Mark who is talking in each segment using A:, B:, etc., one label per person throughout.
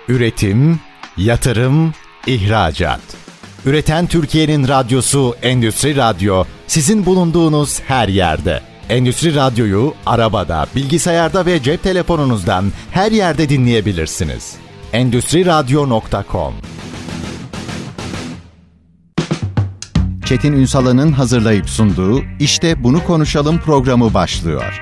A: Üretim, yatırım, ihracat. Üreten Türkiye'nin radyosu Endüstri Radyo, sizin bulunduğunuz her yerde. Endüstri Radyo'yu arabada, bilgisayarda ve cep telefonunuzdan her yerde dinleyebilirsiniz. Endüstriradyo.com. Çetin Ünsal'ın hazırlayıp sunduğu İşte Bunu Konuşalım programı başlıyor.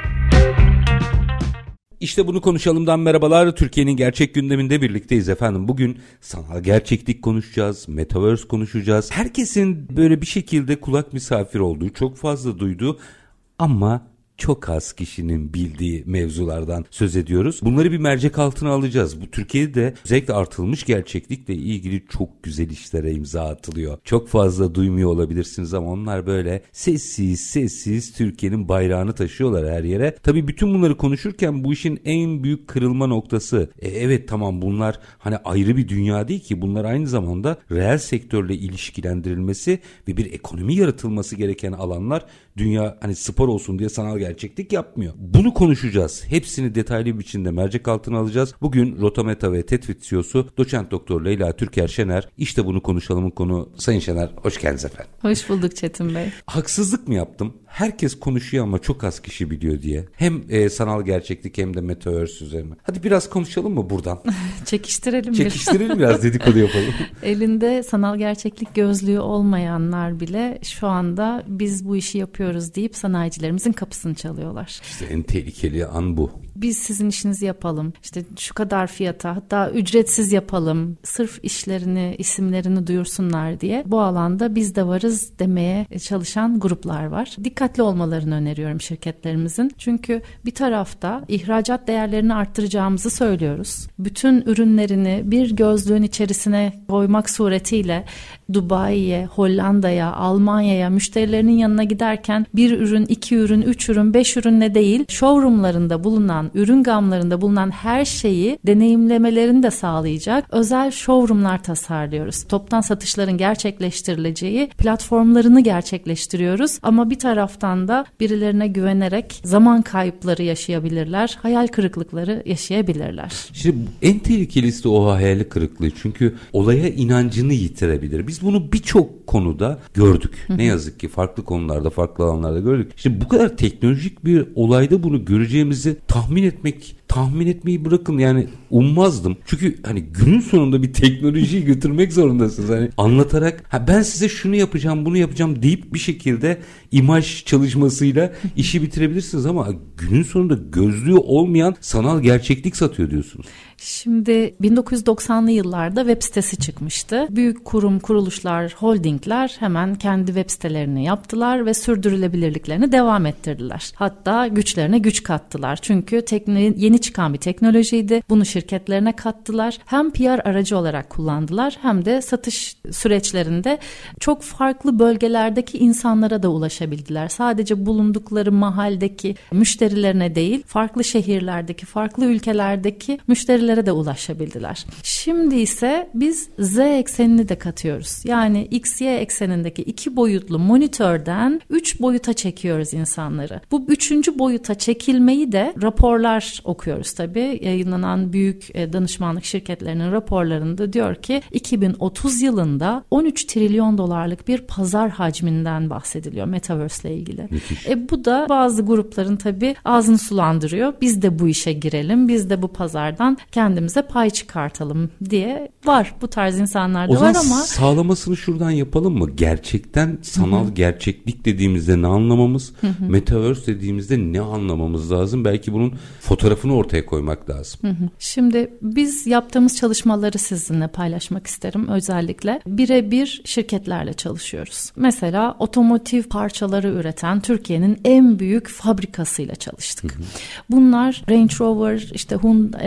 B: İşte Bunu Konuşalım'dan merhabalar. Türkiye'nin gerçek gündeminde birlikteyiz efendim. Bugün sanal gerçeklik konuşacağız, metaverse konuşacağız. Herkesin böyle bir şekilde kulak misafir olduğu, çok fazla duyduğu ama çok az kişinin bildiği mevzulardan söz ediyoruz. Bunları bir mercek altına alacağız. Bu Türkiye'de özellikle artılmış gerçeklikle ilgili çok güzel işlere imza atılıyor. Çok fazla duymuyor olabilirsiniz ama onlar böyle sessiz Türkiye'nin bayrağını taşıyorlar her yere. Tabii bütün bunları konuşurken bu işin en büyük kırılma noktası. Evet tamam, bunlar hani ayrı bir dünya değil ki. Bunlar aynı zamanda reel sektörle ilişkilendirilmesi ve bir ekonomi yaratılması gereken alanlar. Dünya hani spor olsun diye sanal gerçeklik yapmıyor. Bunu konuşacağız. Hepsini detaylı bir biçimde mercek altına alacağız. Bugün Rotameta ve Tetvit CEO'su Doçent Doktor Leyla Türker Şener. İşte bunu konuşalımın konu. Sayın Şener, hoş geldiniz efendim.
C: Hoş bulduk Çetin Bey.
B: Haksızlık mı yaptım? Herkes konuşuyor ama çok az kişi biliyor diye. Hem sanal gerçeklik hem de metaverse üzerine. Hadi biraz konuşalım mı buradan? Çekiştirelim biraz, dedikodu yapalım.
C: Elinde sanal gerçeklik gözlüğü olmayanlar bile şu anda biz bu işi yapıyoruz deyip sanayicilerimizin kapısını çalıyorlar.
B: İşte en tehlikeli an bu.
C: Biz sizin işinizi yapalım. İşte şu kadar fiyata, hatta ücretsiz yapalım. Sırf isimlerini duyursunlar diye bu alanda biz de varız demeye çalışan gruplar var. Dikkatli olmalarını öneriyorum şirketlerimizin. Çünkü bir tarafta ihracat değerlerini arttıracağımızı söylüyoruz. Bütün ürünlerini bir gözlüğün içerisine koymak suretiyle Dubai'ye, Hollanda'ya, Almanya'ya müşterilerinin yanına giderken bir ürün, 2 ürün, 3 ürün, 5 ürünle değil, showroomlarında bulunan, ürün gamlarında bulunan her şeyi deneyimlemelerini de sağlayacak özel showroomlar tasarlıyoruz. Toptan satışların gerçekleştirileceği platformlarını gerçekleştiriyoruz. Ama bir taraftan da birilerine güvenerek zaman kayıpları yaşayabilirler, hayal kırıklıkları yaşayabilirler.
B: Şimdi en tehlikelisi de o hayal kırıklığı. Çünkü olaya inancını yitirebilir. Biz bunu birçok konuda gördük. Ne yazık ki farklı konularda, farklı alanlarda gördük. İşte bu kadar teknolojik bir olayda bunu göreceğimizi tahmin etmeyi bırakın, yani ummazdım. Çünkü hani günün sonunda bir teknolojiyi götürmek zorundasınız. Hani anlatarak ben size şunu yapacağım, bunu yapacağım deyip bir şekilde imaj çalışmasıyla işi bitirebilirsiniz ama günün sonunda gözlüğü olmayan sanal gerçeklik satıyor diyorsunuz.
C: Şimdi 1990'lı yıllarda web sitesi çıkmıştı. Büyük kuruluşlar, holdingler hemen kendi web sitelerini yaptılar ve sürdürülebilirliklerini devam ettirdiler. Hatta güçlerine güç kattılar. Çünkü yeni çıkan bir teknolojiydi. Bunu şirketlerine kattılar. Hem PR aracı olarak kullandılar hem de satış süreçlerinde çok farklı bölgelerdeki insanlara da ulaşabildiler. Sadece bulundukları mahalledeki müşterilerine değil, farklı şehirlerdeki, farklı ülkelerdeki müşterilere de ulaşabildiler. Şimdi ise biz Z eksenini de katıyoruz. Yani XY eksenindeki 2 boyutlu monitörden 3 boyuta çekiyoruz insanları. Bu 3. boyuta çekilmeyi de raporlar okuyoruz tabii. Yayınlanan büyük danışmanlık şirketlerinin raporlarında diyor ki 2030 yılında 13 trilyon dolarlık bir pazar hacminden bahsediliyor Metaverse ile ilgili. Bu da bazı grupların tabii ağzını sulandırıyor. Biz de bu işe girelim, biz de bu pazardan kendimize pay çıkartalım diye var. Bu tarz insanlar da var ama. O zaman
B: sağlamasını şuradan yapalım mı? Gerçekten sanal gerçeklik dediğimizde ne anlamamız, metaverse dediğimizde ne anlamamız lazım? Belki bunun fotoğrafını ortaya koymak lazım.
C: Şimdi biz yaptığımız çalışmaları sizinle paylaşmak isterim. Özellikle birebir şirketlerle çalışıyoruz. Mesela otomotiv parçaları üreten Türkiye'nin en büyük fabrikasıyla çalıştık. Bunlar Range Rover, işte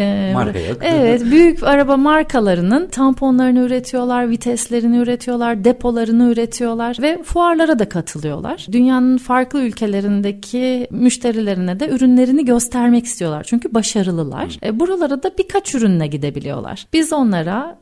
C: Evet, büyük araba markalarının tamponlarını üretiyorlar, viteslerini üretiyorlar, depolarını üretiyorlar ve fuarlara da katılıyorlar. Dünyanın farklı ülkelerindeki müşterilerine de ürünlerini göstermek istiyorlar. Çünkü başarılılar. Buralara da birkaç ürünle gidebiliyorlar. Biz onlara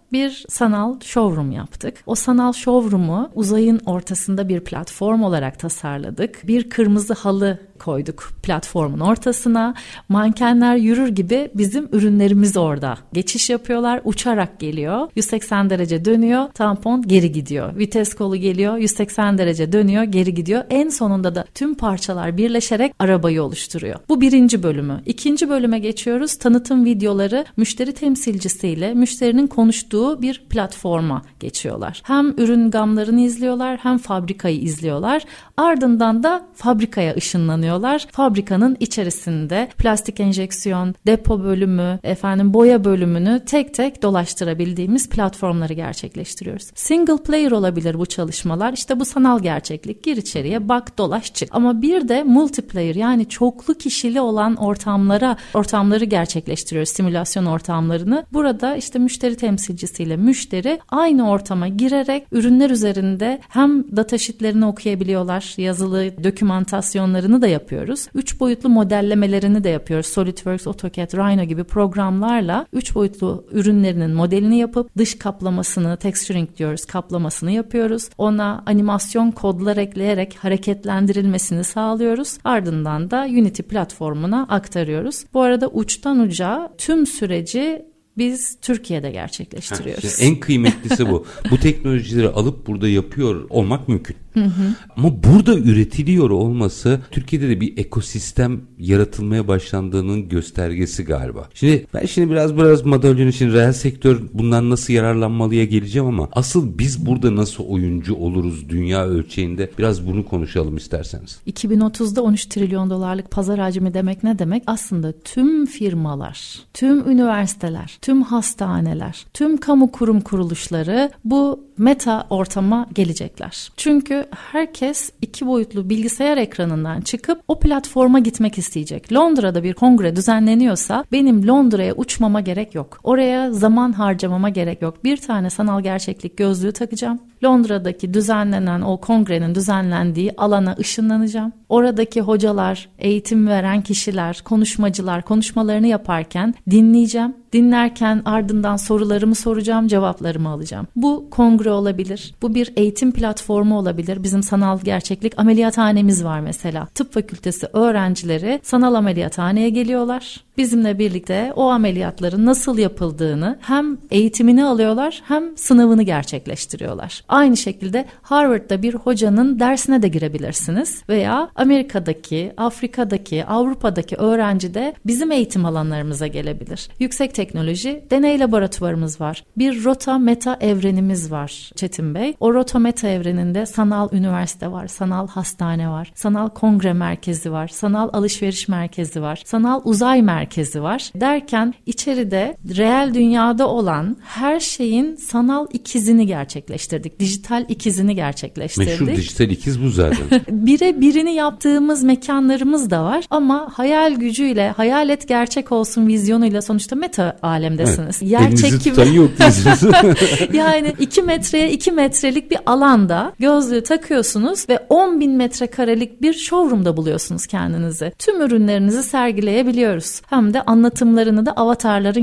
C: bir sanal showroom yaptık. O sanal showroom'u uzayın ortasında bir platform olarak tasarladık. Bir kırmızı halı koyduk platformun ortasına. Mankenler yürür gibi bizim ürünlerimiz orada geçiş yapıyorlar. Uçarak geliyor. 180 derece dönüyor. Tampon geri gidiyor. Vites kolu geliyor. 180 derece dönüyor. Geri gidiyor. En sonunda da tüm parçalar birleşerek arabayı oluşturuyor. Bu birinci bölümü. İkinci bölüme geçiyoruz. Tanıtım videoları müşteri temsilcisiyle müşterinin konuştuğu bir platforma geçiyorlar. Hem ürün gamlarını izliyorlar hem fabrikayı izliyorlar. Ardından da fabrikaya ışınlanıyor. Fabrikanın içerisinde plastik enjeksiyon, depo bölümü, boya bölümünü tek tek dolaştırabildiğimiz platformları gerçekleştiriyoruz. Single player olabilir bu çalışmalar. İşte bu sanal gerçeklik. Gir içeriye, bak, dolaş, çık. Ama bir de multiplayer, yani çoklu kişili olan ortamları gerçekleştiriyoruz. Simülasyon ortamlarını. Burada işte müşteri temsilcisiyle müşteri aynı ortama girerek ürünler üzerinde hem datasheetlerini okuyabiliyorlar, yazılı dokümantasyonlarını da yapıyoruz. 3 boyutlu modellemelerini de yapıyoruz. SolidWorks, AutoCAD, Rhino gibi programlarla 3 boyutlu ürünlerinin modelini yapıp dış kaplamasını, texturing diyoruz, kaplamasını yapıyoruz. Ona animasyon kodlar ekleyerek hareketlendirilmesini sağlıyoruz. Ardından da Unity platformuna aktarıyoruz. Bu arada uçtan uca tüm süreci biz Türkiye'de gerçekleştiriyoruz.
B: İşte en kıymetlisi bu. Bu teknolojileri alıp burada yapıyor olmak mümkün. Ama burada üretiliyor olması Türkiye'de de bir ekosistem yaratılmaya başlandığının göstergesi galiba. Ben biraz madalyon için reel sektör bundan nasıl yararlanmalıya geleceğim ama asıl biz burada nasıl oyuncu oluruz dünya ölçeğinde, biraz bunu konuşalım isterseniz.
C: 2030'da 13 trilyon dolarlık pazar hacmi demek ne demek? Aslında tüm firmalar, tüm üniversiteler, tüm hastaneler, tüm kamu kurum kuruluşları bu meta ortama gelecekler. Çünkü herkes 2 boyutlu bilgisayar ekranından çıkıp o platforma gitmek isteyecek. Londra'da bir kongre düzenleniyorsa benim Londra'ya uçmama gerek yok. Oraya zaman harcamama gerek yok. Bir tane sanal gerçeklik gözlüğü takacağım. Londra'daki düzenlenen o kongrenin düzenlendiği alana ışınlanacağım. Oradaki hocalar, eğitim veren kişiler, konuşmacılar konuşmalarını yaparken dinleyeceğim. Dinlerken ardından sorularımı soracağım, cevaplarımı alacağım. Bu kongre olabilir. Bu bir eğitim platformu olabilir. Bizim sanal gerçeklik ameliyathanemiz var mesela. Tıp fakültesi öğrencileri sanal ameliyathaneye geliyorlar. Bizimle birlikte o ameliyatların nasıl yapıldığını hem eğitimini alıyorlar hem sınavını gerçekleştiriyorlar. Aynı şekilde Harvard'da bir hocanın dersine de girebilirsiniz veya Amerika'daki, Afrika'daki, Avrupa'daki öğrenci de bizim eğitim alanlarımıza gelebilir. Yüksek teknoloji deney laboratuvarımız var. Bir rota meta evrenimiz var Çetin Bey. O rota meta evreninde sanal üniversite var, sanal hastane var, sanal kongre merkezi var, sanal alışveriş merkezi var, sanal uzay merkezi var. Derken içeride reel dünyada olan her şeyin sanal ikizini gerçekleştirdik. Dijital ikizini gerçekleştirdik.
B: Meşhur dijital ikiz bu zaten.
C: Birini yaptığımız mekanlarımız da var ama hayal gücüyle, hayal et gerçek olsun vizyonuyla sonuçta meta alemdesiniz.
B: Evet.
C: Yer
B: elinizi
C: çekimi
B: tutan yok diyeceğiz.
C: yani 2 metreye 2 metrelik bir alanda gözlüğü takıyorsunuz ve 10.000 metrekarelik bir showroom'da buluyorsunuz kendinizi. Tüm ürünlerinizi sergileyebiliyoruz. Hem de anlatımlarını da avatarların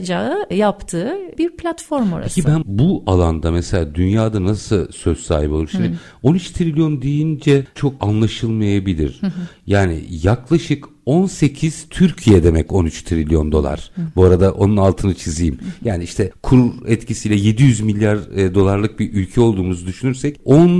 C: yaptığı bir platform orası.
B: Peki ben bu alanda mesela dünyada nasıl söz sahibi olur? Şimdi 13 trilyon deyince çok anlaşılmayabilir. Yani yaklaşık 18 Türkiye demek 13 trilyon dolar. Bu arada onun altını çizeyim. Yani işte kur etkisiyle 700 milyar dolarlık bir ülke olduğumuzu düşünürsek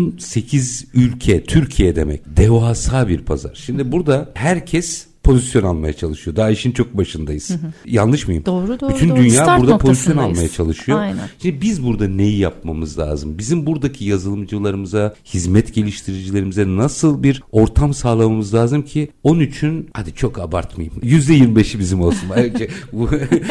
B: 18 ülke Türkiye demek. Devasa bir pazar. Şimdi burada herkes pozisyon almaya çalışıyor. Daha işin çok başındayız. Yanlış mıyım?
C: Doğru.
B: Bütün dünya burada pozisyon almaya çalışıyor.
C: Aynen.
B: Şimdi biz burada neyi yapmamız lazım? Bizim buradaki yazılımcılarımıza, hizmet geliştiricilerimize nasıl bir ortam sağlamamız lazım ki 13'ün, hadi çok abartmayayım, %25'i bizim olsun. bu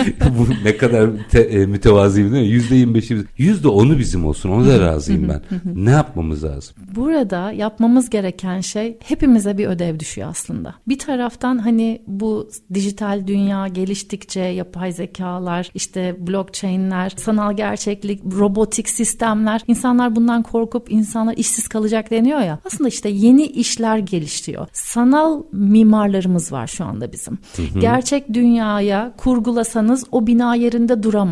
B: ne kadar mütevazıyım değil mi? %25'i %10'u bizim olsun. Ona da razıyım ben. Ne yapmamız lazım?
C: Burada yapmamız gereken şey, hepimize bir ödev düşüyor aslında. Bir taraftan hani bu dijital dünya geliştikçe yapay zekalar, işte blockchain'ler, sanal gerçeklik, robotik sistemler, insanlar bundan korkup insanlar işsiz kalacak deniyor ya. Aslında işte yeni işler gelişiyor. Sanal mimarlarımız var şu anda bizim. Gerçek dünyaya kurgulasanız o bina yerinde duramaz.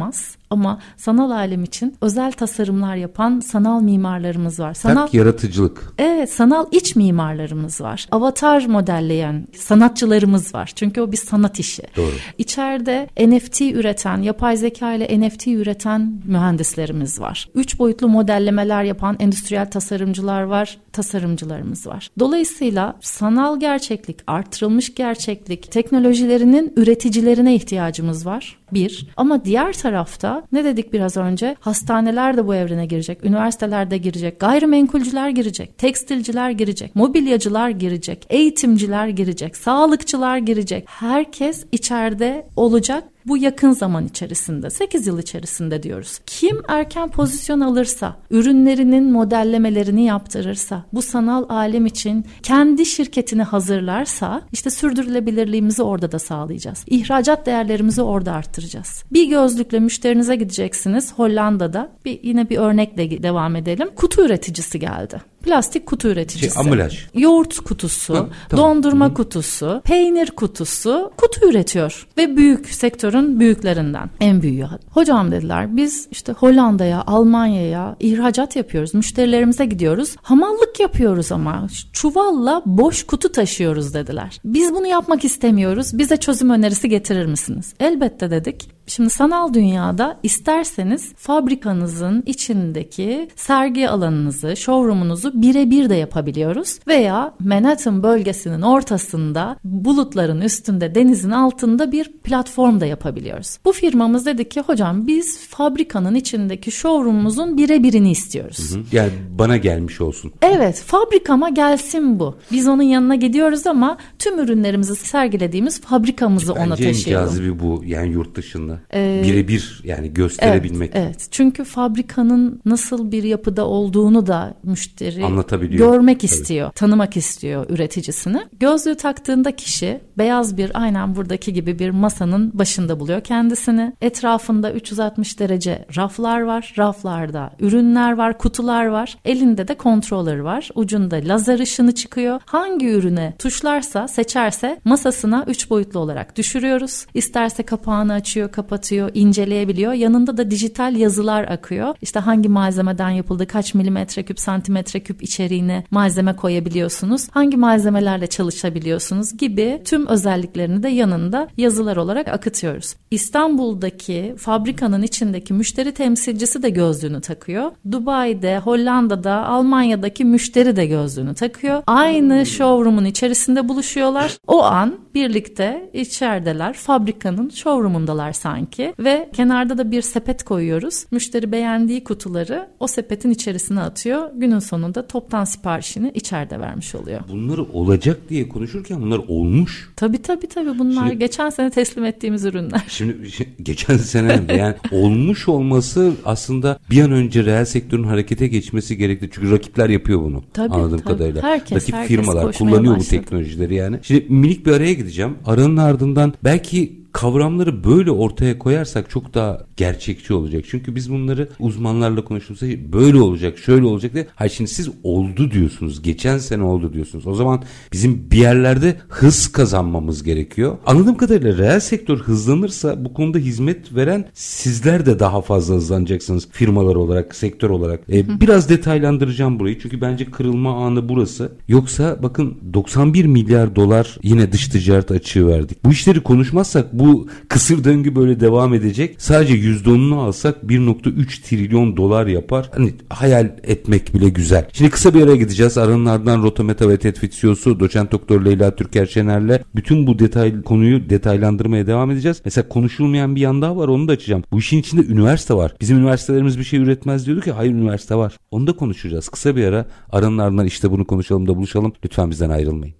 C: Ama sanal alem için özel tasarımlar yapan sanal mimarlarımız var.
B: Yaratıcılık.
C: Evet, sanal iç mimarlarımız var. Avatar modelleyen sanatçılarımız var. Çünkü o bir sanat işi.
B: Doğru.
C: İçeride NFT üreten, yapay zeka ile NFT üreten mühendislerimiz var. 3 boyutlu modellemeler yapan endüstriyel tasarımcılar var, tasarımcılarımız var. Dolayısıyla sanal gerçeklik, artırılmış gerçeklik teknolojilerinin üreticilerine ihtiyacımız var. Ama diğer tarafta ne dedik biraz önce? Hastaneler de bu evrene girecek, üniversiteler de girecek, gayrimenkulcüler girecek, tekstilciler girecek, mobilyacılar girecek, eğitimciler girecek, sağlıkçılar girecek. Herkes içeride olacak. Bu yakın zaman içerisinde, 8 yıl içerisinde diyoruz. Kim erken pozisyon alırsa, ürünlerinin modellemelerini yaptırırsa, bu sanal alem için kendi şirketini hazırlarsa, işte sürdürülebilirliğimizi orada da sağlayacağız. İhracat değerlerimizi orada arttıracağız. Bir gözlükle müşterinize gideceksiniz Hollanda'da. Yine bir örnekle devam edelim. Kutu üreticisi geldi. Plastik kutu üreticisi.
B: Ambalaj.
C: Yoğurt kutusu,
B: tamam.
C: dondurma kutusu, peynir kutusu, kutu üretiyor. Ve büyük, sektörün büyüklerinden. En büyüğü. Hocam dediler, biz işte Hollanda'ya, Almanya'ya ihracat yapıyoruz. Müşterilerimize gidiyoruz. Hamallık yapıyoruz ama çuvalla boş kutu taşıyoruz dediler. Biz bunu yapmak istemiyoruz. Bize çözüm önerisi getirir misiniz? Elbette dedik. Şimdi sanal dünyada isterseniz fabrikanızın içindeki sergi alanınızı, showroom'unuzu birebir de yapabiliyoruz. Veya Manhattan bölgesinin ortasında, bulutların üstünde, denizin altında bir platform da yapabiliyoruz. Bu firmamız dedi ki hocam biz fabrikanın içindeki showroom'umuzun birebirini istiyoruz.
B: Yani bana gelmiş olsun.
C: Evet, fabrikama gelsin bu. Biz onun yanına gidiyoruz ama tüm ürünlerimizi sergilediğimiz fabrikamızı ona taşıyalım.
B: Bence en cazibi bu, yani yurt dışında. Birebir yani gösterebilmek.
C: Evet. Çünkü fabrikanın nasıl bir yapıda olduğunu da müşteri görmek istiyor, tanımak istiyor üreticisini. Gözlüğü taktığında kişi beyaz aynen buradaki gibi bir masanın başında buluyor kendisini. Etrafında 360 derece raflar var. Raflarda ürünler var, kutular var. Elinde de controller var. Ucunda lazer ışını çıkıyor. Hangi ürüne tuşlarsa, seçerse masasına 3 boyutlu olarak düşürüyoruz. İsterse kapağını açıyor, kapatıyor, inceleyebiliyor. Yanında da dijital yazılar akıyor. İşte hangi malzemeden yapıldı, kaç milimetre küp, santimetre küp içeriğine malzeme koyabiliyorsunuz, hangi malzemelerle çalışabiliyorsunuz gibi tüm özelliklerini de yanında yazılar olarak akıtıyoruz. İstanbul'daki fabrikanın içindeki müşteri temsilcisi de gözlüğünü takıyor. Dubai'de, Hollanda'da, Almanya'daki müşteri de gözlüğünü takıyor. Aynı showroom'un içerisinde buluşuyorlar. O an birlikte içerideler, fabrikanın showroom'undalar sanki ve kenarda da bir sepet koyuyoruz. Müşteri beğendiği kutuları o sepetin içerisine atıyor. Günün sonunda toptan siparişini içeride vermiş oluyor.
B: Bunları olacak diye konuşurken bunlar olmuş.
C: Tabii. Bunlar geçen sene teslim ettiğimiz ürünler.
B: Şimdi geçen sene yani olmuş olması aslında bir an önce reel sektörün harekete geçmesi gerekli. Çünkü rakipler yapıyor bunu. Anladığım kadarıyla.
C: Rakip
B: firmalar kullanıyor bu teknolojileri yani. Şimdi minik bir araya gideceğim. Aranın ardından belki kavramları böyle ortaya koyarsak çok daha gerçekçi olacak. Çünkü biz bunları uzmanlarla konuştuğumuzda böyle olacak, şöyle olacak diye. Hayır, şimdi siz oldu diyorsunuz. Geçen sene oldu diyorsunuz. O zaman bizim bir yerlerde hız kazanmamız gerekiyor. Anladığım kadarıyla reel sektör hızlanırsa bu konuda hizmet veren sizler de daha fazla hızlanacaksınız firmalar olarak, sektör olarak. Biraz detaylandıracağım burayı. Çünkü bence kırılma anı burası. Yoksa bakın 91 milyar dolar yine dış ticaret açığı verdik. Bu işleri konuşmazsak bu kısır döngü böyle devam edecek. Sadece %10'unu alsak 1.3 trilyon dolar yapar. Hani hayal etmek bile güzel. Şimdi kısa bir araya gideceğiz. Aranın ardından Rotometa ve Tetfit CEO'su Doçent Doktor Leyla Türker Şener'le bütün bu konuyu detaylandırmaya devam edeceğiz. Mesela konuşulmayan bir yan daha var, onu da açacağım. Bu işin içinde üniversite var. Bizim üniversitelerimiz bir şey üretmez diyorduk ya. Hayır, üniversite var. Onu da konuşacağız. Kısa bir ara. Aranın ardından işte bunu konuşalım da buluşalım. Lütfen bizden ayrılmayın.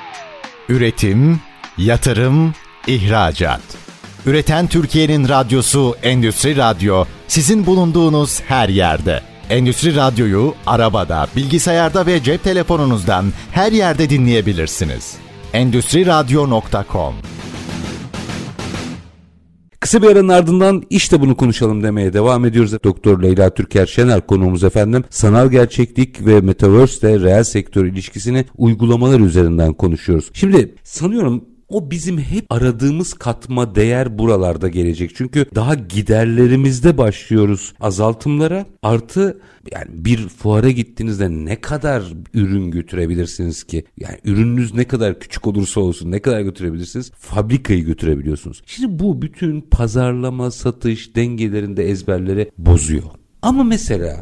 A: Üretim, yatırım, İhracat. Üreten Türkiye'nin radyosu Endüstri Radyo, sizin bulunduğunuz her yerde. Endüstri Radyo'yu arabada, bilgisayarda ve cep telefonunuzdan her yerde dinleyebilirsiniz. Endüstriradyo.com.
B: Kısa bir aranın ardından işte bunu konuşalım demeye devam ediyoruz. Doktor Leyla Türker Şener konuğumuz efendim. Sanal gerçeklik ve Metaverse ile reel sektör ilişkisini uygulamalar üzerinden konuşuyoruz. Şimdi sanıyorum O bizim hep aradığımız katma değer buralarda gelecek. Çünkü daha giderlerimizde başlıyoruz azaltımlara. Artı yani bir fuara gittiğinizde ne kadar ürün götürebilirsiniz ki? Yani ürününüz ne kadar küçük olursa olsun ne kadar götürebilirsiniz? Fabrikayı götürebiliyorsunuz. Şimdi bu bütün pazarlama, satış dengelerinde ezberleri bozuyor. Ama mesela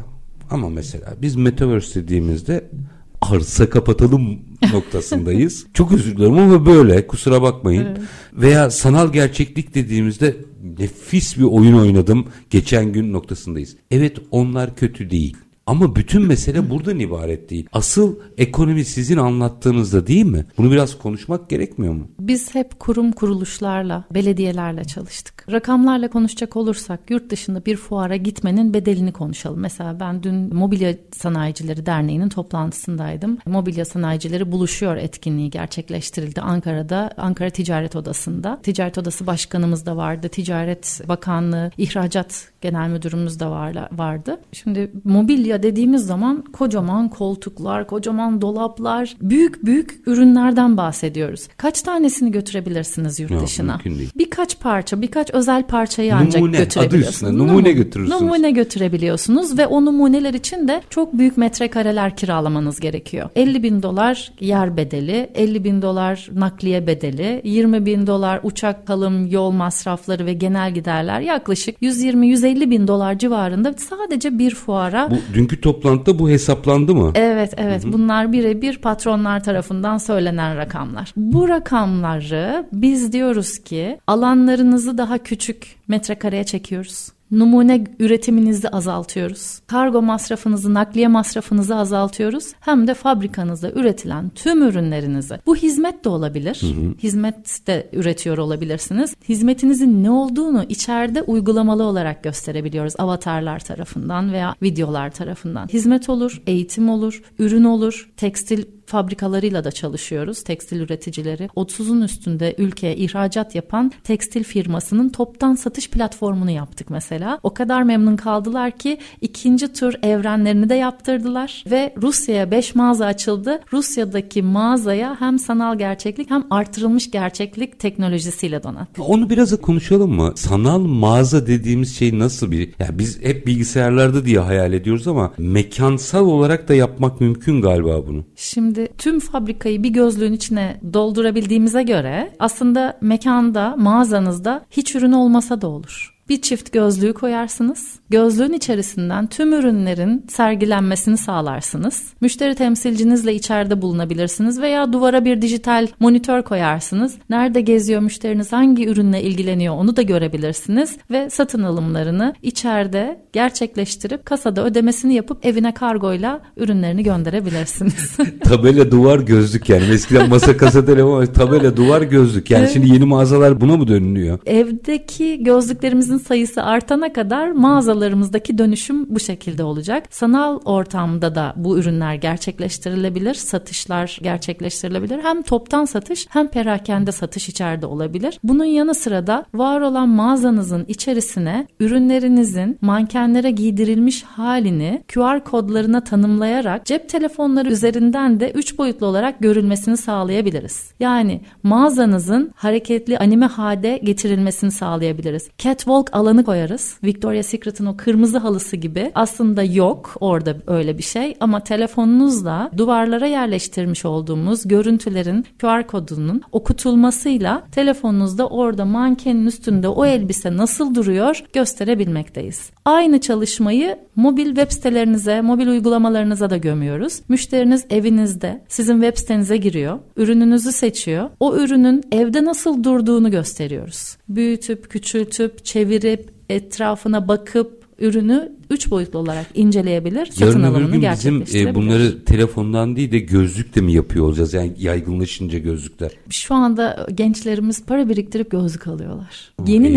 B: biz Metaverse dediğimizde arsa kapatalım noktasındayız. Çok özür dilerim ama böyle, kusura bakmayın. Evet. Veya sanal gerçeklik dediğimizde nefis bir oyun oynadım geçen gün noktasındayız. Evet, onlar kötü değil. Ama bütün mesele buradan ibaret değil. Asıl ekonomi sizin anlattığınızda değil mi? Bunu biraz konuşmak gerekmiyor mu?
C: Biz hep kurum kuruluşlarla, belediyelerle çalıştık. Rakamlarla konuşacak olursak yurt dışında bir fuara gitmenin bedelini konuşalım. Mesela ben dün Mobilya Sanayicileri Derneği'nin toplantısındaydım. Mobilya Sanayicileri Buluşuyor etkinliği gerçekleştirildi Ankara'da, Ankara Ticaret Odası'nda. Ticaret Odası Başkanımız da vardı, Ticaret Bakanlığı, İhracat Genel Müdürümüz de vardı. Şimdi mobilya dediğimiz zaman kocaman koltuklar, kocaman dolaplar, büyük büyük ürünlerden bahsediyoruz. Kaç tanesini götürebilirsiniz yurt dışına? Birkaç parça, birkaç özel parçayı ancak götürebiliyorsunuz.
B: Numune götürürsünüz.
C: Numune götürebiliyorsunuz ve o numuneler için de çok büyük metrekareler kiralamanız gerekiyor. $50,000 yer bedeli, $50,000 nakliye bedeli, $20,000 uçak, kalım, yol masrafları ve genel giderler, yaklaşık $120-150,000 civarında sadece bir fuara.
B: Bu dünkü toplantıda bu hesaplandı mı?
C: Evet. Hı-hı. Bunlar birebir patronlar tarafından söylenen rakamlar. Bu rakamları biz diyoruz ki alanlarınızı daha küçük metrekareye çekiyoruz. Numune üretiminizi azaltıyoruz. Kargo masrafınızı, nakliye masrafınızı azaltıyoruz. Hem de fabrikanızda üretilen tüm ürünlerinizi. Bu hizmet de olabilir. Hizmet de üretiyor olabilirsiniz. Hizmetinizin ne olduğunu içeride uygulamalı olarak gösterebiliyoruz. Avatarlar tarafından veya videolar tarafından. Hizmet olur, eğitim olur, ürün olur, tekstil fabrikalarıyla da çalışıyoruz. Tekstil üreticileri 30'un üstünde ülkeye ihracat yapan tekstil firmasının toptan satış platformunu yaptık mesela. O kadar memnun kaldılar ki ikinci tur evrenlerini de yaptırdılar ve Rusya'ya 5 mağaza açıldı. Rusya'daki mağazaya hem sanal gerçeklik hem artırılmış gerçeklik teknolojisiyle donattık.
B: Onu biraz da konuşalım mı? Sanal mağaza dediğimiz şey nasıl bir? Yani biz hep bilgisayarlarda diye hayal ediyoruz ama mekansal olarak da yapmak mümkün galiba bunu.
C: Şimdi tüm fabrikayı bir gözlüğün içine doldurabildiğimize göre aslında mekanda, mağazanızda hiç ürün olmasa da olur. Bir çift gözlüğü koyarsınız. Gözlüğün içerisinden tüm ürünlerin sergilenmesini sağlarsınız. Müşteri temsilcinizle içeride bulunabilirsiniz veya duvara bir dijital monitör koyarsınız. Nerede geziyor müşteriniz, hangi ürünle ilgileniyor onu da görebilirsiniz ve satın alımlarını içeride gerçekleştirip kasada ödemesini yapıp evine kargoyla ürünlerini gönderebilirsiniz.
B: Tabela, duvar, gözlük yani. Eskiden masa, kasa, telefon, tabela, duvar, gözlük. Yani şimdi yeni mağazalar buna mı dönülüyor?
C: Evdeki gözlüklerimizin sayısı artana kadar mağazalarımızdaki dönüşüm bu şekilde olacak. Sanal ortamda da bu ürünler gerçekleştirilebilir, satışlar gerçekleştirilebilir. Hem toptan satış hem perakende satış içeride olabilir. Bunun yanı sıra da var olan mağazanızın içerisine ürünlerinizin mankenlere giydirilmiş halini QR kodlarına tanımlayarak cep telefonları üzerinden de 3 boyutlu olarak görülmesini sağlayabiliriz. Yani mağazanızın hareketli anime hale getirilmesini sağlayabiliriz. Catwalk alanı koyarız. Victoria's Secret'ın o kırmızı halısı gibi. Aslında yok orada öyle bir şey ama telefonunuzla duvarlara yerleştirmiş olduğumuz görüntülerin QR kodunun okutulmasıyla telefonunuzda orada mankenin üstünde o elbise nasıl duruyor gösterebilmekteyiz. Aynı çalışmayı mobil web sitelerinize, mobil uygulamalarınıza da gömüyoruz. Müşteriniz evinizde sizin web sitenize giriyor. Ürününüzü seçiyor. O ürünün evde nasıl durduğunu gösteriyoruz. Büyütüp, küçültüp, çevirip, etrafına bakıp ürünü 3 boyutlu olarak inceleyebilir, satın alımını gerçekleştirebilir.
B: Bizim bunları telefondan değil de gözlükle mi yapıyor olacağız? Yani yaygınlaşınca gözlükler.
C: Şu anda gençlerimiz para biriktirip gözlük alıyorlar.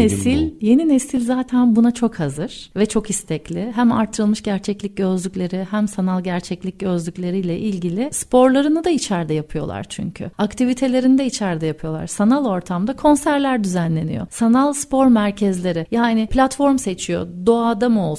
C: Yeni nesil zaten buna çok hazır ve çok istekli. Hem artırılmış gerçeklik gözlükleri hem sanal gerçeklik gözlükleriyle ilgili sporlarını da içeride yapıyorlar çünkü. Aktivitelerini de içeride yapıyorlar. Sanal ortamda konserler düzenleniyor. Sanal spor merkezleri, yani platform seçiyor. Doğada mı olsun, ormanda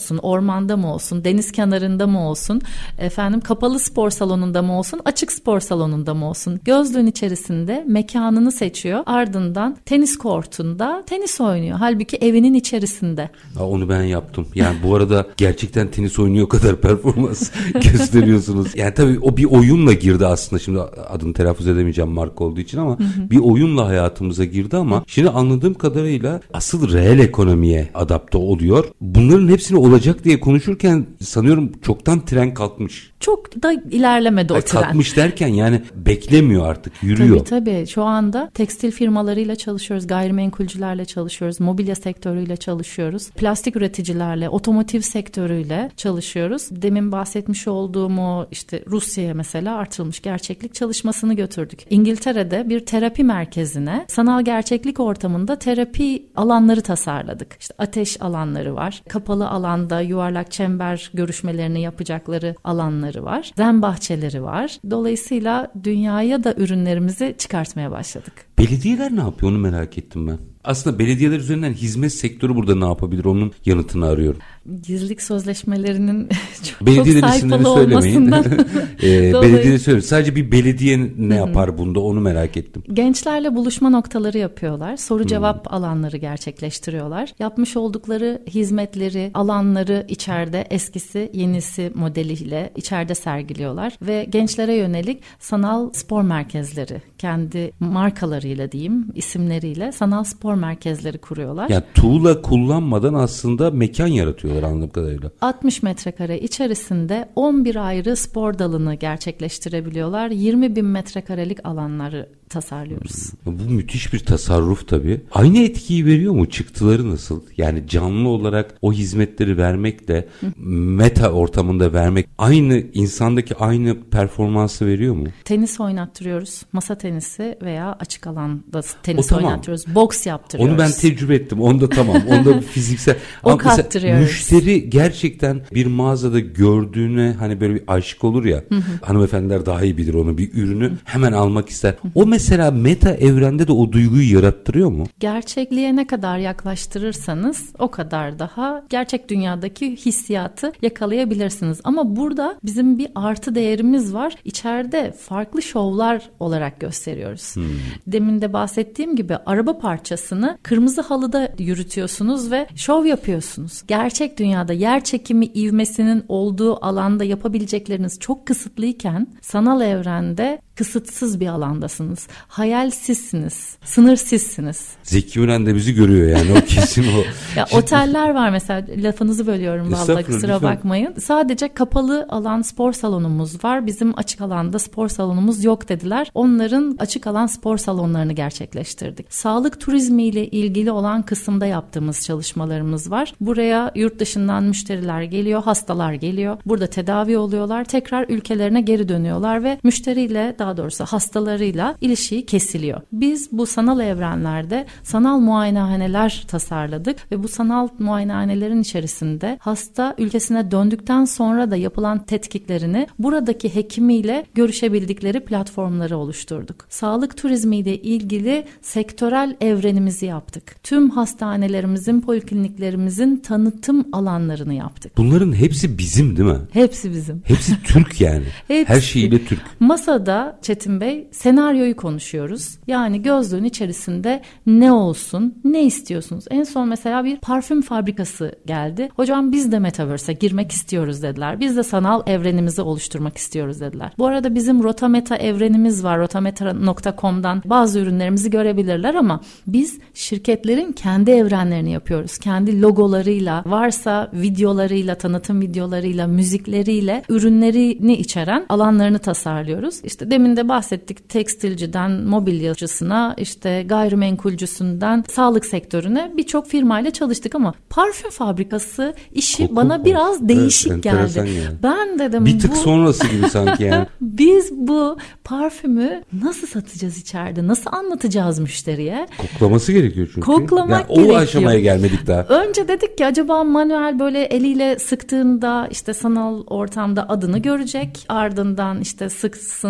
C: ormanda mı olsun, deniz kenarında mı olsun, kapalı spor salonunda mı olsun, açık spor salonunda mı olsun, gözlüğün içerisinde mekanını seçiyor. Ardından tenis kortunda tenis oynuyor. Halbuki evinin içerisinde.
B: Onu ben yaptım. Yani bu arada gerçekten tenis oynuyor kadar performans gösteriyorsunuz. Yani tabii o bir oyunla girdi aslında. Şimdi adını telaffuz edemeyeceğim marka olduğu için ama bir oyunla hayatımıza girdi ama şimdi anladığım kadarıyla asıl reel ekonomiye adapte oluyor. Bunların hepsini olacak diye konuşurken sanıyorum çoktan tren kalkmış.
C: Çok da ilerlemedi o tren.
B: Kalkmış derken yani beklemiyor artık, yürüyor.
C: Tabii. Şu anda tekstil firmalarıyla çalışıyoruz, gayrimenkulcülerle çalışıyoruz, mobilya sektörüyle çalışıyoruz, plastik üreticilerle, otomotiv sektörüyle çalışıyoruz. Demin bahsetmiş olduğum o işte Rusya'ya mesela artırılmış gerçeklik çalışmasını götürdük. İngiltere'de bir terapi merkezine sanal gerçeklik ortamında terapi alanları tasarladık. İşte ateş alanları var, kapalı alanda yuvarlak çember görüşmelerini yapacakları alanları var, zen bahçeleri var. Dolayısıyla dünyaya da ürünlerimizi çıkartmaya başladık.
B: Belediyeler ne yapıyor onu merak ettim ben. Aslında belediyeler üzerinden hizmet sektörü burada ne yapabilir onun yanıtını arıyorum.
C: Gizlilik sözleşmelerinin çok
B: sayfalı olmasından. Belediyeleri söyleyeyim. Sadece bir belediye ne yapar bunda onu merak ettim.
C: Gençlerle buluşma noktaları yapıyorlar. Soru cevap alanları gerçekleştiriyorlar. Yapmış oldukları hizmetleri, alanları içeride eskisi yenisi modeliyle içeride sergiliyorlar. Ve gençlere yönelik sanal spor merkezleri, kendi markalarıyla diyeyim, isimleriyle sanal spor merkezleri kuruyorlar.
B: Yani tuğla kullanmadan aslında mekan yaratıyorlar anladığım kadarıyla.
C: 60 metrekare içerisinde 11 ayrı spor dalını gerçekleştirebiliyorlar. 20.000 metrekarelik alanları tasarlıyoruz.
B: Bu müthiş bir tasarruf tabii. Aynı etkiyi veriyor mu? Çıktıları nasıl? Yani canlı olarak o hizmetleri vermekle meta ortamında vermek aynı insandaki aynı performansı veriyor mu?
C: Tenis oynattırıyoruz. Masa tenisi veya açık alanda tenis oynattırıyoruz. Boks yaptırıyoruz.
B: Onu ben tecrübe ettim. Onda tamam. Onda fiziksel.
C: Ok attırıyoruz.
B: Müşteri gerçekten bir mağazada gördüğüne hani böyle bir aşık olur ya. Hanımefendiler daha iyi bilir onu. Bir ürünü hemen almak ister. O mesela meta evrende de o duyguyu yarattırıyor mu?
C: Gerçekliğe ne kadar yaklaştırırsanız o kadar daha gerçek dünyadaki hissiyatı yakalayabilirsiniz. Ama burada bizim bir artı değerimiz var. İçeride farklı şovlar olarak gösteriyoruz. Demin de bahsettiğim gibi araba parçasını kırmızı halıda yürütüyorsunuz ve şov yapıyorsunuz. Gerçek dünyada yer çekimi ivmesinin olduğu alanda yapabilecekleriniz çok kısıtlıyken sanal evrende kısıtsız bir alandasınız. Hayal sizsiniz. Sınır sizsiniz.
B: Zeki Müren de bizi görüyor yani o kesin o.
C: Ya oteller var mesela, lafınızı bölüyorum vallahi kusura bakmayın. Sadece kapalı alan spor salonumuz var. Bizim açık alanda spor salonumuz yok dediler. Onların açık alan spor salonlarını gerçekleştirdik. Sağlık turizmiyle ilgili olan kısımda yaptığımız çalışmalarımız var. Buraya yurt dışından müşteriler geliyor, hastalar geliyor. Burada tedavi oluyorlar. Tekrar ülkelerine geri dönüyorlar ve müşteriyle daha doğrusu hastalarıyla ilişiği kesiliyor. Biz bu sanal evrenlerde sanal muayenehaneler tasarladık ve bu sanal muayenehanelerin içerisinde hasta ülkesine döndükten sonra da yapılan tetkiklerini buradaki hekimiyle görüşebildikleri platformları oluşturduk. Sağlık turizmiyle ilgili sektörel evrenimizi yaptık. Tüm hastanelerimizin, polikliniklerimizin tanıtım alanlarını yaptık.
B: Bunların hepsi bizim değil mi?
C: Hepsi bizim.
B: Hepsi Türk yani.
C: Hepsi.
B: Her şeyiyle Türk.
C: Masada Çetin Bey senaryoyu konuşuyoruz. Yani gözlüğün içerisinde ne olsun, ne istiyorsunuz? En son mesela bir parfüm fabrikası geldi. Hocam biz de Metaverse'e girmek istiyoruz dediler. Biz de sanal evrenimizi oluşturmak istiyoruz dediler. Bu arada bizim Rotameta evrenimiz var. Rotameta.com'dan bazı ürünlerimizi görebilirler ama biz şirketlerin kendi evrenlerini yapıyoruz. Kendi logolarıyla, varsa videolarıyla, tanıtım videolarıyla, müzikleriyle ürünlerini içeren alanlarını tasarlıyoruz. İşte demin de bahsettik, tekstilciden mobilyacısına, işte gayrimenkulcüsünden sağlık sektörüne birçok firmayla çalıştık ama parfüm fabrikası işi bana biraz değişik geldi.
B: Yani.
C: Ben dedim
B: bir tık sonrası gibi sanki yani.
C: Biz bu parfümü nasıl satacağız içeride? Nasıl anlatacağız müşteriye?
B: Koklaması gerekiyor çünkü.
C: Koklamak
B: yani
C: gerekiyor.
B: O aşamaya gelmedik daha.
C: Önce dedik ki acaba manuel böyle eliyle sıktığında işte sanal ortamda adını görecek. Ardından işte sıksın ve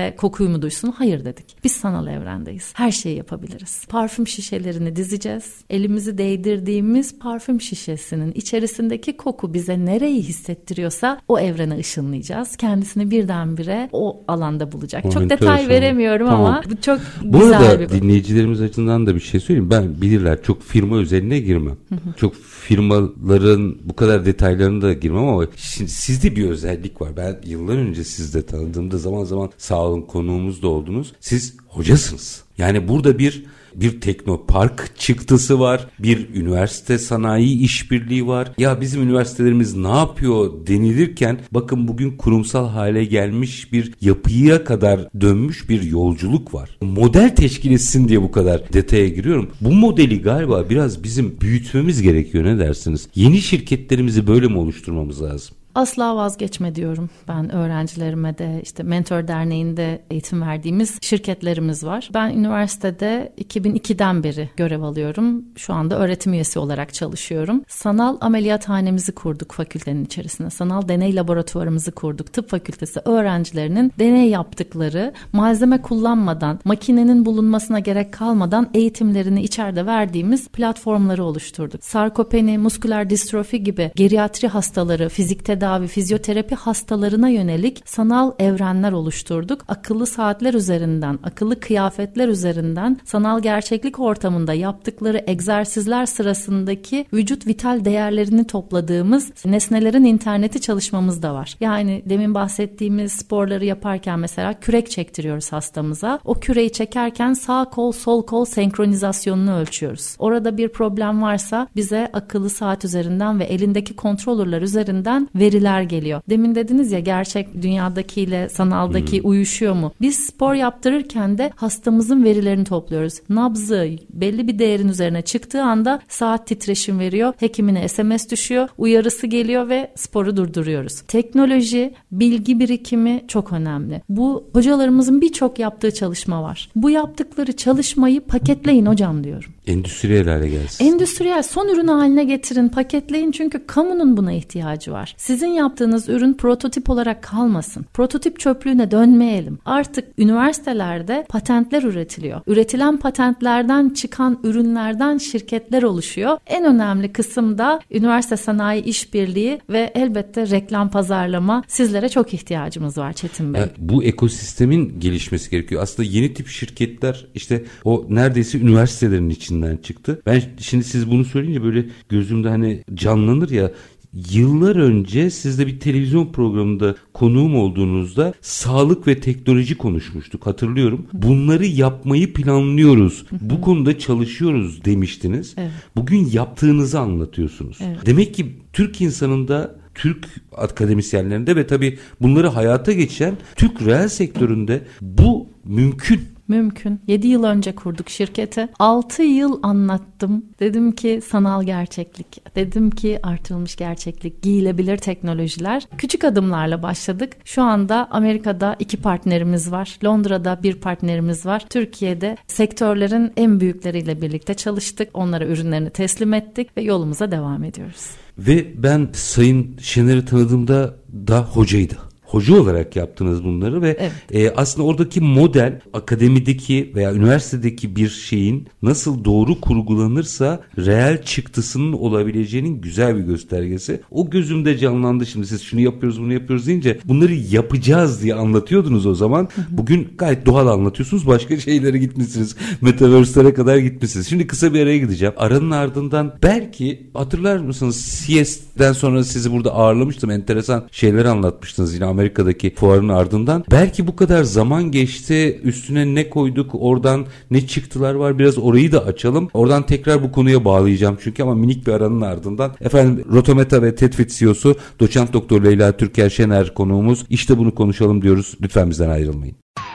C: sadece kokuyu mu duysun? Hayır dedik. Biz sanal evrendeyiz. Her şeyi yapabiliriz. Parfüm şişelerini dizeceğiz. Elimizi değdirdiğimiz parfüm şişesinin içerisindeki koku bize nereyi hissettiriyorsa o evrene ışınlayacağız. Kendisini birdenbire o alanda bulacak.
B: O
C: çok detay veremiyorum ama bu çok
B: bu
C: güzel
B: arada
C: bir...
B: dinleyicilerimiz açısından da bir şey söyleyeyim. Ben bilirler çok firma özeline girmem. Çok firmaların bu kadar detaylarına da girmem ama şimdi sizde bir özellik var. Ben yıllar önce sizde tanıdığımda zaman zaman sağ olun konuğumuz da oldunuz. Siz hocasınız. Yani burada bir teknopark çıktısı var. Bir üniversite sanayi işbirliği var. Ya bizim üniversitelerimiz ne yapıyor denilirken bakın bugün kurumsal hale gelmiş bir yapıya kadar dönmüş bir yolculuk var. Model teşkil etsin diye bu kadar detaya giriyorum. Bu modeli galiba biraz bizim büyütmemiz gerekiyor, ne dersiniz? Yeni şirketlerimizi böyle mi oluşturmamız lazım?
C: Asla vazgeçme diyorum ben öğrencilerime de. İşte Mentor Derneği'nde eğitim verdiğimiz şirketlerimiz var. Ben üniversitede 2002'den beri görev alıyorum. Şu anda öğretim üyesi olarak çalışıyorum. Sanal ameliyathanemizi kurduk fakültenin içerisinde. Sanal deney laboratuvarımızı kurduk. Tıp fakültesi öğrencilerinin deney yaptıkları, malzeme kullanmadan, makinenin bulunmasına gerek kalmadan eğitimlerini içeride verdiğimiz platformları oluşturduk. Sarkopeni, musküler distrofi gibi geriatri hastaları, fizik tedavi, fizyoterapi hastalarına yönelik sanal evrenler oluşturduk. Akıllı saatler üzerinden, akıllı kıyafetler üzerinden sanal gerçeklik ortamında yaptıkları egzersizler sırasındaki vücut vital değerlerini topladığımız nesnelerin interneti çalışmamız da var. Yani demin bahsettiğimiz sporları yaparken mesela kürek çektiriyoruz hastamıza. O küreği çekerken sağ kol, sol kol senkronizasyonunu ölçüyoruz. Orada bir problem varsa bize akıllı saat üzerinden ve elindeki kontrolörler üzerinden veriler geliyor. Demin dediniz ya, gerçek dünyadakiyle sanaldaki uyuşuyor mu? Biz spor yaptırırken de hastamızın verilerini topluyoruz. Nabzı belli bir değerin üzerine çıktığı anda saat titreşim veriyor. Hekimine SMS düşüyor. Uyarısı geliyor ve sporu durduruyoruz. Teknoloji, bilgi birikimi çok önemli. Bu hocalarımızın birçok yaptığı çalışma var. Bu yaptıkları çalışmayı paketleyin hocam diyorum.
B: Endüstriyel hale gelsin.
C: Endüstriyel son ürün haline getirin, paketleyin çünkü kamunun buna ihtiyacı var. Sizin yaptığınız ürün prototip olarak kalmasın. Prototip çöplüğüne dönmeyelim. Artık üniversitelerde patentler üretiliyor. Üretilen patentlerden çıkan ürünlerden şirketler oluşuyor. En önemli kısım da üniversite sanayi işbirliği ve elbette reklam, pazarlama. Sizlere çok ihtiyacımız var Çetin Bey.
B: Bu ekosistemin gelişmesi gerekiyor. Aslında yeni tip şirketler işte o neredeyse üniversitelerin içinden çıktı. Ben şimdi siz bunu söyleyince böyle gözümde hani canlanır ya. Yıllar önce sizde bir televizyon programında konuğum olduğunuzda sağlık ve teknoloji konuşmuştuk, hatırlıyorum. Bunları yapmayı planlıyoruz. Bu konuda çalışıyoruz demiştiniz. Evet. Bugün yaptığınızı anlatıyorsunuz. Evet. Demek ki Türk insanında, Türk akademisyenlerinde ve tabii bunları hayata geçiren Türk reel sektöründe bu mümkün.
C: Mümkün. 7 yıl önce kurduk şirketi. 6 yıl anlattım. Dedim ki sanal gerçeklik. Dedim ki artırılmış gerçeklik, giyilebilir teknolojiler. Küçük adımlarla başladık. Şu anda Amerika'da 2 partnerimiz var. Londra'da 1 partnerimiz var. Türkiye'de sektörlerin en büyükleriyle birlikte çalıştık. Onlara ürünlerini teslim ettik ve yolumuza devam ediyoruz.
B: Ve ben Sayın Şener'i tanıdığımda da hocaydı. Hoca olarak yaptınız bunları ve evet. Aslında oradaki model akademideki veya üniversitedeki bir şeyin nasıl doğru kurgulanırsa reel çıktısının olabileceğinin güzel bir göstergesi. O gözümde canlandı şimdi, siz şunu yapıyoruz bunu yapıyoruz deyince bunları yapacağız diye anlatıyordunuz o zaman. Bugün gayet doğal anlatıyorsunuz, başka şeylere gitmişsiniz. Metaverse'lere kadar gitmişsiniz. Şimdi kısa bir araya gideceğim. Aranın ardından belki hatırlar mısınız CES'den sonra sizi burada ağırlamıştım. Enteresan şeyler anlatmıştınız yine Amerika'daki fuarın ardından. Belki bu kadar zaman geçti, üstüne ne koyduk, oradan ne çıktılar var, biraz orayı da açalım. Oradan tekrar bu konuya bağlayacağım çünkü, ama minik bir aranın ardından. Efendim, Rotometa ve Tetfit CEO'su Doçent Doktor Leyla Türker Şener konuğumuz. İşte bunu konuşalım diyoruz. Lütfen bizden ayrılmayın.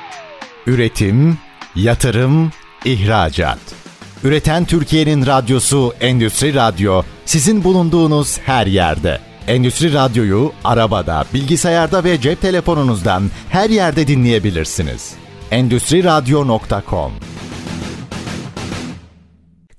A: Üretim, yatırım, ihracat. Üreten Türkiye'nin radyosu Endüstri Radyo, sizin bulunduğunuz her yerde. Endüstri Radyo'yu arabada, bilgisayarda ve cep telefonunuzdan her yerde dinleyebilirsiniz. Endüstriradyo.com.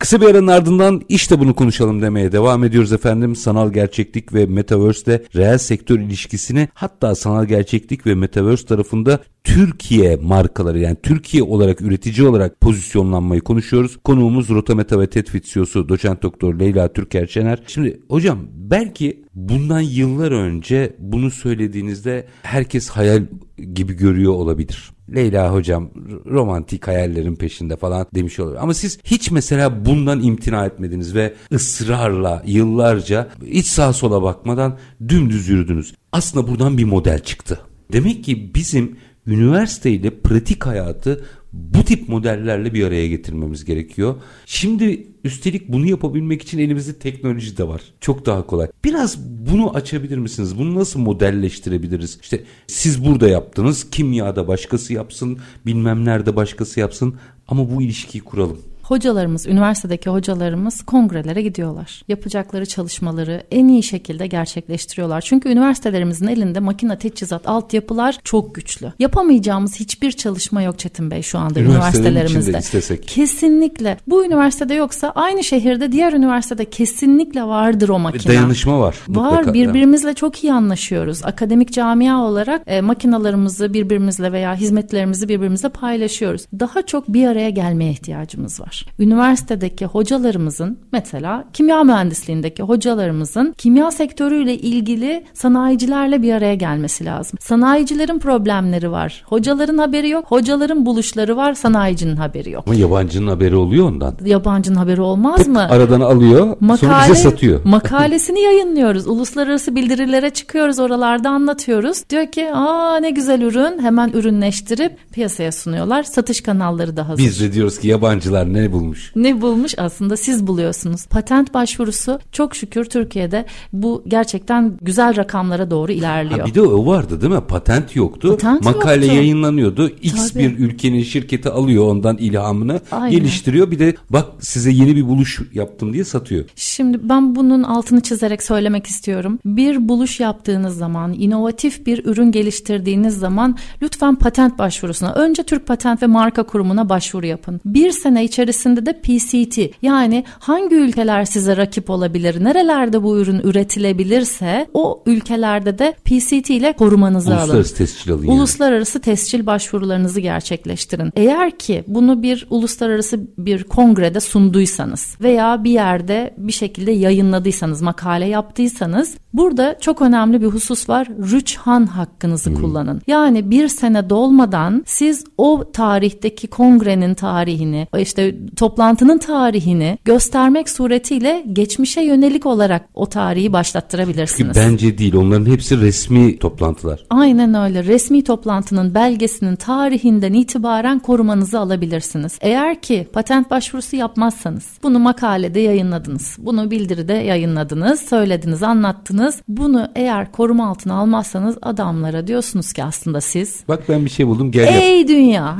B: Kısa bir aranın ardından işte bunu konuşalım demeye devam ediyoruz efendim. Sanal gerçeklik ve Metaverse'de reel sektör ilişkisini, hatta sanal gerçeklik ve Metaverse tarafında Türkiye markaları, yani Türkiye olarak, üretici olarak pozisyonlanmayı konuşuyoruz. Konuğumuz Rota Meta ve Tetfit CEO'su Doçent Doktor Leyla Türker Şener. Şimdi hocam, belki bundan yıllar önce bunu söylediğinizde herkes hayal gibi görüyor olabilir. Leyla hocam romantik hayallerin peşinde falan demiş olur. Ama siz hiç mesela bundan imtina etmediniz ve ısrarla yıllarca hiç sağa sola bakmadan dümdüz yürüdünüz. Aslında buradan bir model çıktı. Demek ki bizim üniversiteyle pratik hayatı bu tip modellerle bir araya getirmemiz gerekiyor. Şimdi üstelik bunu yapabilmek için elimizde teknoloji de var. Çok daha kolay. Biraz bunu açabilir misiniz? Bunu nasıl modelleştirebiliriz? İşte siz burada yaptınız, kimyada başkası yapsın, bilmem nerede başkası yapsın, ama bu ilişkiyi kuralım.
C: Hocalarımız, üniversitedeki hocalarımız kongrelere gidiyorlar. Yapacakları çalışmaları en iyi şekilde gerçekleştiriyorlar. Çünkü üniversitelerimizin elinde makine teçhizat altyapılar çok güçlü. Yapamayacağımız hiçbir çalışma yok Çetin Bey şu anda üniversitelerimizde. Kesinlikle. Bu üniversitede yoksa aynı şehirde diğer üniversitede kesinlikle vardır o makine.
B: Dayanışma var.
C: Var. Birbirimizle çok iyi anlaşıyoruz. Akademik camia olarak makinalarımızı birbirimizle veya hizmetlerimizi birbirimizle paylaşıyoruz. Daha çok bir araya gelmeye ihtiyacımız var. Üniversitedeki hocalarımızın, mesela kimya mühendisliğindeki hocalarımızın kimya sektörüyle ilgili sanayicilerle bir araya gelmesi lazım. Sanayicilerin problemleri var. Hocaların haberi yok. Hocaların buluşları var. Sanayicinin haberi yok.
B: Ama yabancının haberi oluyor ondan.
C: Yabancının haberi olmaz mı?
B: Aradan alıyor, sonra bize satıyor.
C: Makalesini yayınlıyoruz. Uluslararası bildirilere çıkıyoruz. Oralarda anlatıyoruz. Diyor ki ne güzel ürün. Hemen ürünleştirip piyasaya sunuyorlar. Satış kanalları da hazır.
B: Biz de diyoruz ki yabancılar ne bulmuş? Ne
C: bulmuş? Aslında siz buluyorsunuz. Patent başvurusu çok şükür Türkiye'de bu gerçekten güzel rakamlara doğru ilerliyor.
B: Bir de o vardı değil mi? Patent yoktu. Makale yayınlanıyordu. X bir ülkenin şirketi alıyor ondan ilhamını, geliştiriyor. Bir de bak size yeni bir buluş yaptım diye satıyor.
C: Şimdi ben bunun altını çizerek söylemek istiyorum. Bir buluş yaptığınız zaman, inovatif bir ürün geliştirdiğiniz zaman lütfen patent başvurusuna, önce Türk Patent ve Marka Kurumu'na başvuru yapın. Bir sene içerisinde de PCT, yani hangi ülkeler size rakip olabilir, nerelerde bu ürün üretilebilirse o ülkelerde de PCT ile korumanızı alın.
B: Tescil alın.
C: Uluslararası tescil başvurularınızı gerçekleştirin. Eğer ki bunu bir uluslararası bir kongrede sunduysanız veya bir yerde bir şekilde yayınladıysanız, makale yaptıysanız, burada çok önemli bir husus var. Rüçhan hakkınızı kullanın. Yani bir sene dolmadan siz o tarihteki kongrenin tarihini, işte toplantının tarihini göstermek suretiyle geçmişe yönelik olarak o tarihi başlattırabilirsiniz.
B: Çünkü bence değil, onların hepsi resmi toplantılar.
C: Aynen öyle. Resmi toplantının belgesinin tarihinden itibaren korumanızı alabilirsiniz. Eğer ki patent başvurusu yapmazsanız, bunu makalede yayınladınız, bunu bildiride yayınladınız, söylediniz, anlattınız. Bunu eğer koruma altına almazsanız adamlara diyorsunuz ki aslında siz,
B: bak ben bir şey buldum, gel yap.
C: Ey dünya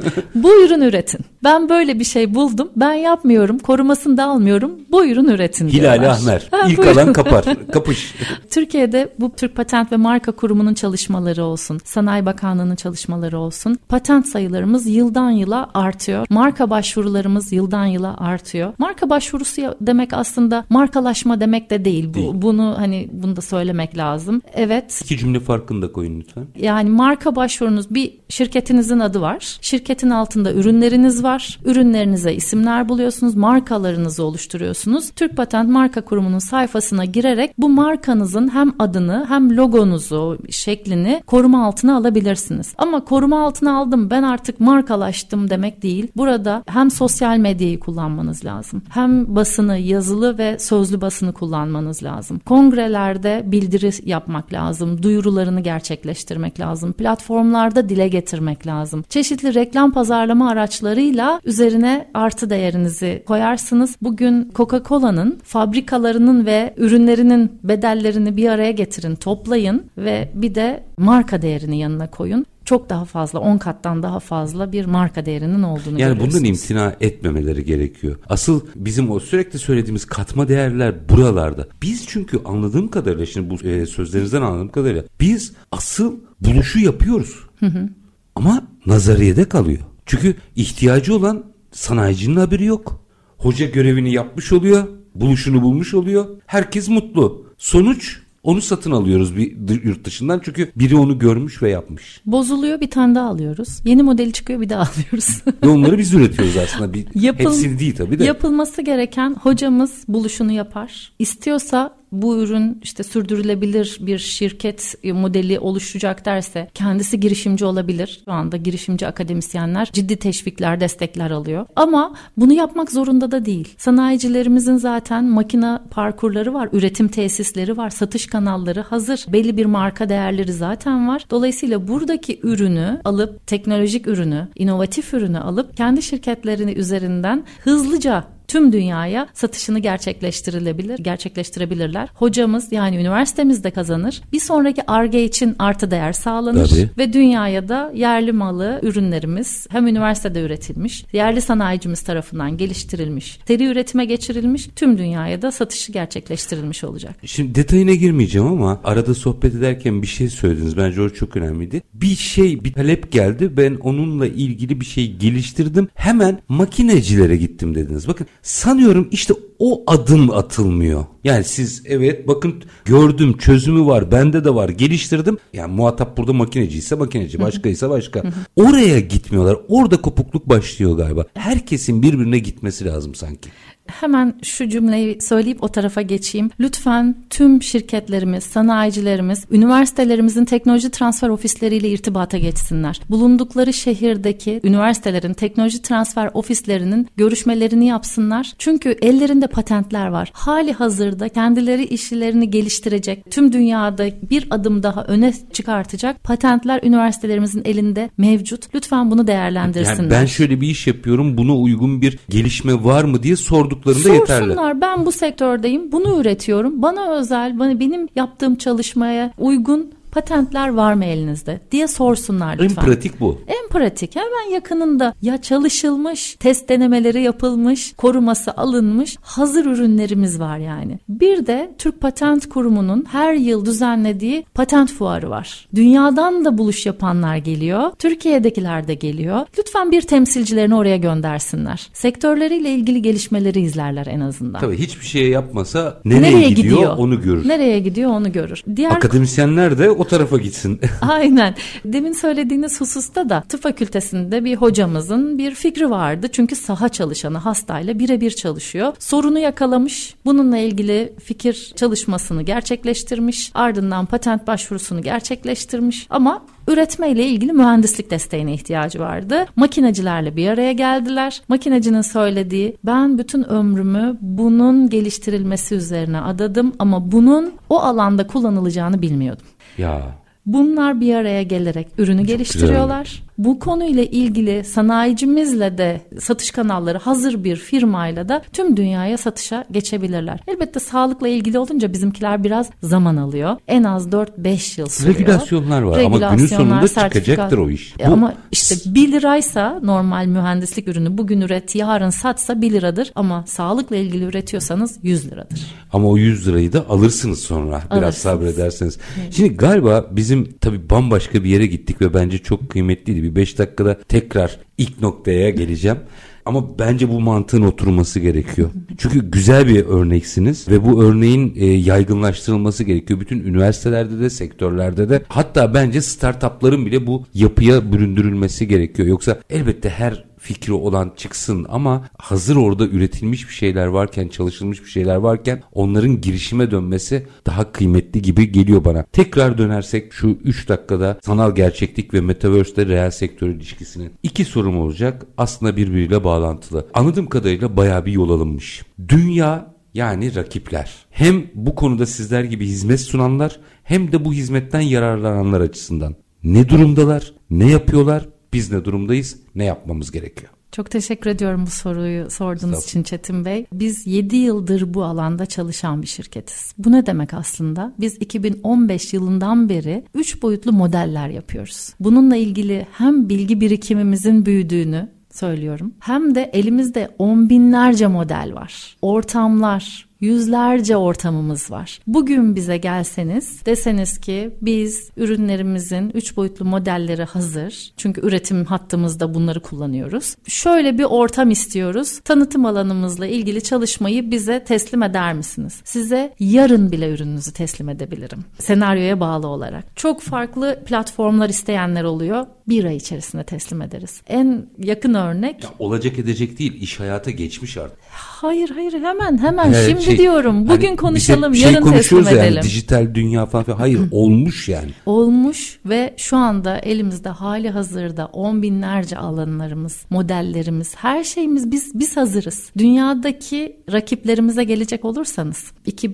C: bu ürün üretin. Ben böyle bir şey buldum. Ben yapmıyorum. Korumasını da almıyorum. Bu ürün üretin diyorlar.
B: Hilal Ahmer. İlk alan kapar. Kapış.
C: Türkiye'de bu Türk Patent ve Marka Kurumu'nun çalışmaları olsun, Sanayi Bakanlığı'nın çalışmaları olsun. Patent sayılarımız yıldan yıla artıyor. Marka başvurularımız yıldan yıla artıyor. Marka başvurusu demek aslında markalaşma demek de değil. Bunu da söylemek lazım. Evet.
B: 2 cümle farkını da koyun lütfen.
C: Yani marka başvurunuz, bir şirketinizin adı var. Şirketin altında ürünleriniz var. Ürünlerinize isimler buluyorsunuz. Markalarınızı oluşturuyorsunuz. Türk Patent Marka Kurumu'nun sayfasına girerek bu markanızın hem adını hem logonuzu, şeklini koruma altına alabilirsiniz. Ama koruma altına aldım, ben artık markalaştım demek değil. Burada hem sosyal medyayı kullanmanız lazım. Hem basını, yazılı ve sözlü basını kullanmanız lazım. Kongrelerde bildiri yapmak lazım. Duyurularını gerçekleştirmek lazım. Platformlarda dile getirmek lazım. Çeşitli reklam pazarlama araçlarıyla üzerine artı değerinizi koyarsınız. Bugün Coca-Cola'nın fabrikalarının ve ürünlerinin bedellerini bir araya getirin, toplayın ve bir de marka değerini yanına koyun. Çok daha fazla, 10 kattan daha fazla bir marka değerinin olduğunu görüyorsunuz.
B: Yani bundan imtina etmemeleri gerekiyor. Asıl bizim o sürekli söylediğimiz katma değerler buralarda. Biz çünkü anladığım kadarıyla, şimdi bu sözlerinizden anladığım kadarıyla, biz asıl buluşu yapıyoruz. Ama nazariyede kalıyor. Çünkü ihtiyacı olan sanayicinin haberi yok. Hoca görevini yapmış oluyor, buluşunu bulmuş oluyor. Herkes mutlu. Sonuç, onu satın alıyoruz bir yurt dışından çünkü biri onu görmüş ve yapmış.
C: Bozuluyor, bir tane daha alıyoruz. Yeni modeli çıkıyor, bir daha alıyoruz.
B: Ve onları biz üretiyoruz aslında. Hepsini değil tabii de.
C: Yapılması gereken, hocamız buluşunu yapar. İstiyorsa bu ürün işte sürdürülebilir bir şirket modeli oluşacak derse kendisi girişimci olabilir. Şu anda girişimci akademisyenler ciddi teşvikler, destekler alıyor. Ama bunu yapmak zorunda da değil. Sanayicilerimizin zaten makine parkurları var, üretim tesisleri var, satış kanalları hazır. Belli bir marka değerleri zaten var. Dolayısıyla buradaki ürünü alıp, teknolojik ürünü, inovatif ürünü alıp kendi şirketlerini üzerinden hızlıca tüm dünyaya satışını gerçekleştirebilirler. Hocamız yani üniversitemiz de kazanır. Bir sonraki Ar-Ge için artı değer sağlanır.
B: Tabii.
C: Ve dünyaya da yerli malı ürünlerimiz hem üniversitede üretilmiş, yerli sanayicimiz tarafından geliştirilmiş, seri üretime geçirilmiş, tüm dünyaya da satışı gerçekleştirilmiş olacak.
B: Şimdi detayına girmeyeceğim ama arada sohbet ederken bir şey söylediniz. Bence o çok önemliydi. Bir talep geldi. Ben onunla ilgili bir şey geliştirdim. Hemen makinecilere gittim dediniz. Bakın, sanıyorum işte o adım atılmıyor. Yani siz evet bakın gördüm, çözümü var, bende de var, geliştirdim. Yani muhatap burada makineciyse makineci, başkaysa başka. Oraya gitmiyorlar. Orada kopukluk başlıyor galiba. Herkesin birbirine gitmesi lazım sanki.
C: Hemen şu cümleyi söyleyip o tarafa geçeyim. Lütfen tüm şirketlerimiz, sanayicilerimiz, üniversitelerimizin teknoloji transfer ofisleriyle irtibata geçsinler. Bulundukları şehirdeki üniversitelerin teknoloji transfer ofislerinin görüşmelerini yapsınlar. Çünkü ellerinde patentler var. Hali hazırda kendileri işlerini geliştirecek, tüm dünyada bir adım daha öne çıkartacak patentler üniversitelerimizin elinde mevcut. Lütfen bunu değerlendirsinler.
B: Yani ben şöyle bir iş yapıyorum, buna uygun bir gelişme var mı diye sorduklarında yeterli.
C: Sorsunlar, ben bu sektördeyim, bunu üretiyorum, bana özel, benim yaptığım çalışmaya uygun patentler var mı elinizde diye sorsunlar lütfen.
B: En pratik bu.
C: En pratik, hemen yakınında ya çalışılmış, test denemeleri yapılmış, koruması alınmış hazır ürünlerimiz var yani. Bir de Türk Patent Kurumu'nun her yıl düzenlediği patent fuarı var. Dünyadan da buluş yapanlar geliyor, Türkiye'dekiler de geliyor. Lütfen bir temsilcilerini oraya göndersinler. Sektörleriyle ilgili gelişmeleri izlerler en azından.
B: Tabii hiçbir şey yapmasa nereye gidiyor onu görür.
C: Nereye gidiyor onu görür.
B: Akademisyenler de o tarafa gitsin.
C: Aynen. Demin söylediğiniz hususta da tıp fakültesinde bir hocamızın bir fikri vardı. Çünkü saha çalışanı, hastayla birebir çalışıyor. Sorunu yakalamış. Bununla ilgili fikir çalışmasını gerçekleştirmiş. Ardından patent başvurusunu gerçekleştirmiş. Ama üretmeyle ilgili mühendislik desteğine ihtiyacı vardı. Makinecilerle bir araya geldiler. Makinecinin söylediği, ben bütün ömrümü bunun geliştirilmesi üzerine adadım ama bunun o alanda kullanılacağını bilmiyordum.
B: Ya.
C: Bunlar bir araya gelerek ürünü geliştiriyorlar. Güzel. Bu konuyla ilgili sanayicimizle de satış kanalları hazır bir firmayla da tüm dünyaya satışa geçebilirler. Elbette sağlıkla ilgili olunca bizimkiler biraz zaman alıyor. En az 4-5 yıl sürüyor.
B: Regülasyonlar var ama günün sonunda çıkacaktır o iş.
C: Ama işte 1 liraysa normal mühendislik ürünü bugün üret, yarın satsa 1 liradır ama sağlıkla ilgili üretiyorsanız 100 liradır.
B: Ama o 100 lirayı da alırsınız sonra biraz sabrederseniz. Evet. Şimdi galiba bizim tabii bambaşka bir yere gittik ve bence çok kıymetliydi. Bir 5 dakikada tekrar ilk noktaya geleceğim. Ama bence bu mantığın oturması gerekiyor. Çünkü güzel bir örneksiniz ve bu örneğin yaygınlaştırılması gerekiyor. Bütün üniversitelerde de, sektörlerde de, hatta bence startupların bile bu yapıya büründürülmesi gerekiyor. Yoksa elbette her fikri olan çıksın ama hazır orada üretilmiş bir şeyler varken, çalışılmış bir şeyler varken onların girişime dönmesi daha kıymetli gibi geliyor bana. Tekrar dönersek şu 3 dakikada sanal gerçeklik ve metaverse'de reel sektör ilişkisine 2 sorum olacak. Aslında birbiriyle bağlantılı. Anladığım kadarıyla bayağı bir yol alınmış. Dünya, yani rakipler, hem bu konuda sizler gibi hizmet sunanlar hem de bu hizmetten yararlananlar açısından ne durumdalar, ne yapıyorlar, biz ne durumdayız, ne yapmamız gerekiyor?
C: Çok teşekkür ediyorum bu soruyu sorduğunuz için Çetin Bey. Biz 7 yıldır bu alanda çalışan bir şirketiz. Bu ne demek aslında? Biz 2015 yılından beri 3 boyutlu modeller yapıyoruz. Bununla ilgili hem bilgi birikimimizin büyüdüğünü söylüyorum, hem de elimizde 10 binlerce model var. Ortamlar, yüzlerce ortamımız var. Bugün bize gelseniz, deseniz ki biz ürünlerimizin 3 boyutlu modelleri hazır. Çünkü üretim hattımızda bunları kullanıyoruz. Şöyle bir ortam istiyoruz. Tanıtım alanımızla ilgili çalışmayı bize teslim eder misiniz? Size yarın bile ürününüzü teslim edebilirim. Senaryoya bağlı olarak. Çok farklı platformlar isteyenler oluyor. Bir ay içerisinde teslim ederiz. En yakın örnek...
B: Ya olacak edecek değil, iş hayata geçmiş artık.
C: Hayır hemen şimdi diyorum. Bugün
B: hani
C: konuşalım,
B: yarın
C: teslim edelim.
B: Yani, dijital dünya falan. Hayır olmuş yani.
C: Olmuş ve şu anda elimizde hali hazırda 10 binlerce alanlarımız, modellerimiz, her şeyimiz biz hazırız. Dünyadaki rakiplerimize gelecek olursanız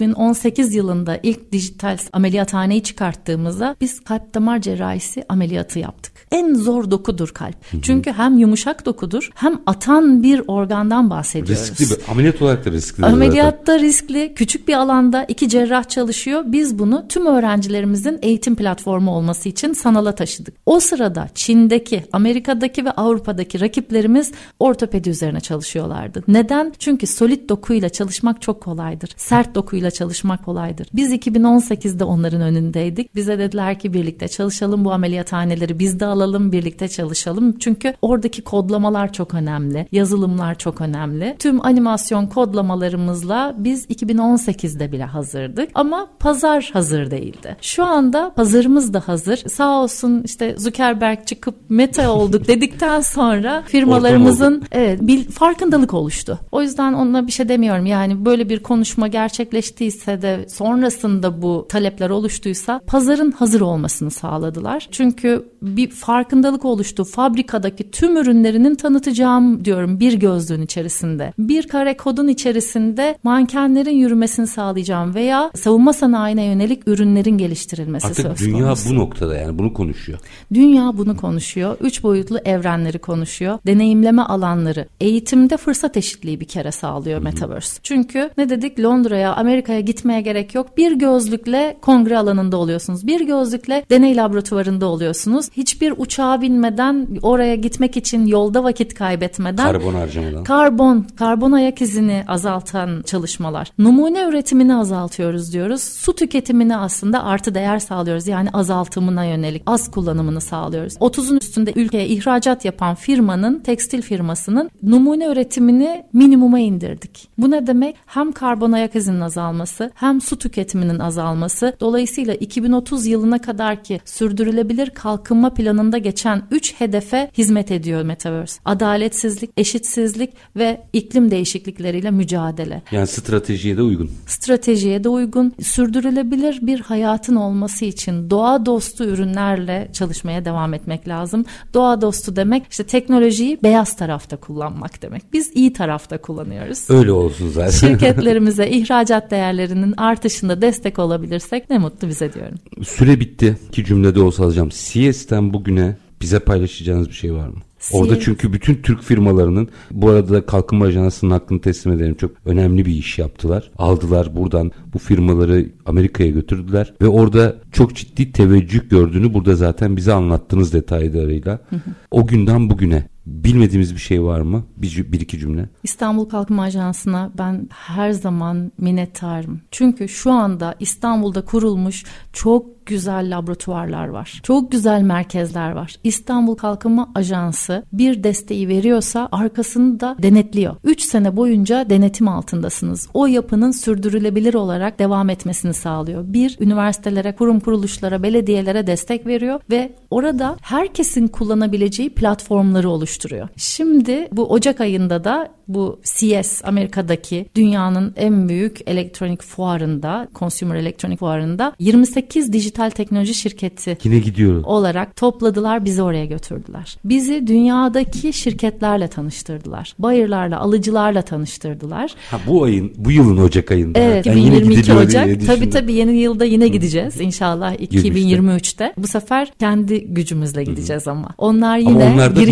C: 2018 yılında ilk dijital ameliyathaneyi çıkarttığımızda biz kalp damar cerrahisi ameliyatı yaptık. En zor dokudur kalp. Çünkü hem yumuşak dokudur hem atan bir organdan bahsediyoruz.
B: Riskli, ameliyat olarak da riskli.
C: Ameliyatta riskli, küçük bir alanda 2 cerrah çalışıyor. Biz bunu tüm öğrencilerimizin eğitim platformu olması için sanala taşıdık. O sırada Çin'deki, Amerika'daki ve Avrupa'daki rakiplerimiz ortopedi üzerine çalışıyorlardı. Neden? Çünkü solid dokuyla çalışmak çok kolaydır. Sert dokuyla çalışmak kolaydır. Biz 2018'de onların önündeydik. Bize dediler ki birlikte çalışalım, bu ameliyathaneleri biz de alalım, birlikte çalışalım. Çünkü oradaki kodlamalar çok önemli. Yazılımlar çok önemli. Tüm animasyon kodlamalarımızla biz 2018'de bile hazırdık. Ama pazar hazır değildi. Şu anda pazarımız da hazır. Sağ olsun işte Zuckerberg çıkıp Meta olduk dedikten sonra firmalarımızın bir farkındalık oluştu. O yüzden ona bir şey demiyorum. Yani böyle bir konuşma gerçekleştiyse de sonrasında bu talepler oluştuysa pazarın hazır olmasını sağladılar. Çünkü bir farkındalık oluştu. Fabrikadaki tüm ürünlerinin tanıtacağım diyorum bir gözlüğün içerisinde. Bir kare kodun içerisinde mankenlerin yürümesini sağlayacağım veya savunma sanayine yönelik ürünlerin geliştirilmesi söz konusu.
B: Artık dünya bu noktada, yani bunu konuşuyor.
C: Dünya bunu konuşuyor. 3 boyutlu evrenleri konuşuyor. Deneyimleme alanları. Eğitimde fırsat eşitliği bir kere sağlıyor Metaverse. Çünkü ne dedik? Londra'ya, Amerika'ya gitmeye gerek yok. Bir gözlükle kongre alanında oluyorsunuz. Bir gözlükle deney laboratuvarında oluyorsunuz. Hiçbir uçağa binmeden, oraya gitmek için yolda vakit kaybetmeden,
B: karbon harcamadan,
C: karbon ayak izini azaltan çalışmalar. Numune üretimini azaltıyoruz diyoruz. Su tüketimini aslında artı değer sağlıyoruz. Yani azaltımına yönelik az kullanımını sağlıyoruz. 30'un üstünde ülkeye ihracat yapan firmanın, tekstil firmasının numune üretimini minimuma indirdik. Bu ne demek? Hem karbon ayak izinin azalması, hem su tüketiminin azalması. Dolayısıyla 2030 yılına kadar ki sürdürülebilir kalkınma planında geçen 3 hedefe hizmet ediyor Metaverse. Adaletsizlik, eşitsizlik ve iklim değişiklikleriyle mücadele.
B: Yani stratejiye de uygun.
C: Stratejiye de uygun. Sürdürülebilir bir hayatın olması için doğa dostu ürünlerle çalışmaya devam etmek lazım. Doğa dostu demek işte teknolojiyi beyaz tarafta kullanmak demek. Biz iyi tarafta kullanıyoruz.
B: Öyle olsun zaten.
C: Şirketlerimize ihracat değerlerinin artışında destek olabilirsek ne mutlu bize diyorum.
B: Süre bitti. 2 cümlede olsa alacağım. CES'ten bugüne bize paylaşacağınız bir şey var mı? Orada çünkü bütün Türk firmalarının, bu arada Kalkınma Ajansı'nın hakkını teslim edelim, çok önemli bir iş yaptılar. Aldılar buradan bu firmaları Amerika'ya götürdüler ve orada çok ciddi teveccüh gördüğünü burada zaten bize anlattınız detaylarıyla. O günden bugüne bilmediğimiz bir şey var mı? Bir iki cümle.
C: İstanbul Kalkınma Ajansı'na ben her zaman minnettarım. Çünkü şu anda İstanbul'da kurulmuş çok güzel laboratuvarlar var. Çok güzel merkezler var. İstanbul Kalkınma Ajansı bir desteği veriyorsa arkasını da denetliyor. 3 sene boyunca denetim altındasınız. O yapının sürdürülebilir olarak devam etmesini sağlıyor. Bir, üniversitelere, kurum kuruluşlara, belediyelere destek veriyor ve orada herkesin kullanabileceği platformları oluşturuyor. Şimdi bu Ocak ayında da bu CES, Amerika'daki dünyanın en büyük elektronik fuarında, Consumer Elektronik Fuarı'nda 28 dijital teknoloji şirketi
B: yine gidiyoruz
C: olarak topladılar, bizi oraya götürdüler. Bizi dünyadaki şirketlerle tanıştırdılar. Buyer'larla, alıcılarla tanıştırdılar.
B: Bu yılın Ocak ayında.
C: Evet, 2022 Ocak. Tabii yeni yılda yine gideceğiz inşallah 2023'te. Bu sefer kendi gücümüzle gideceğiz ama. Onlar yine girişimcileri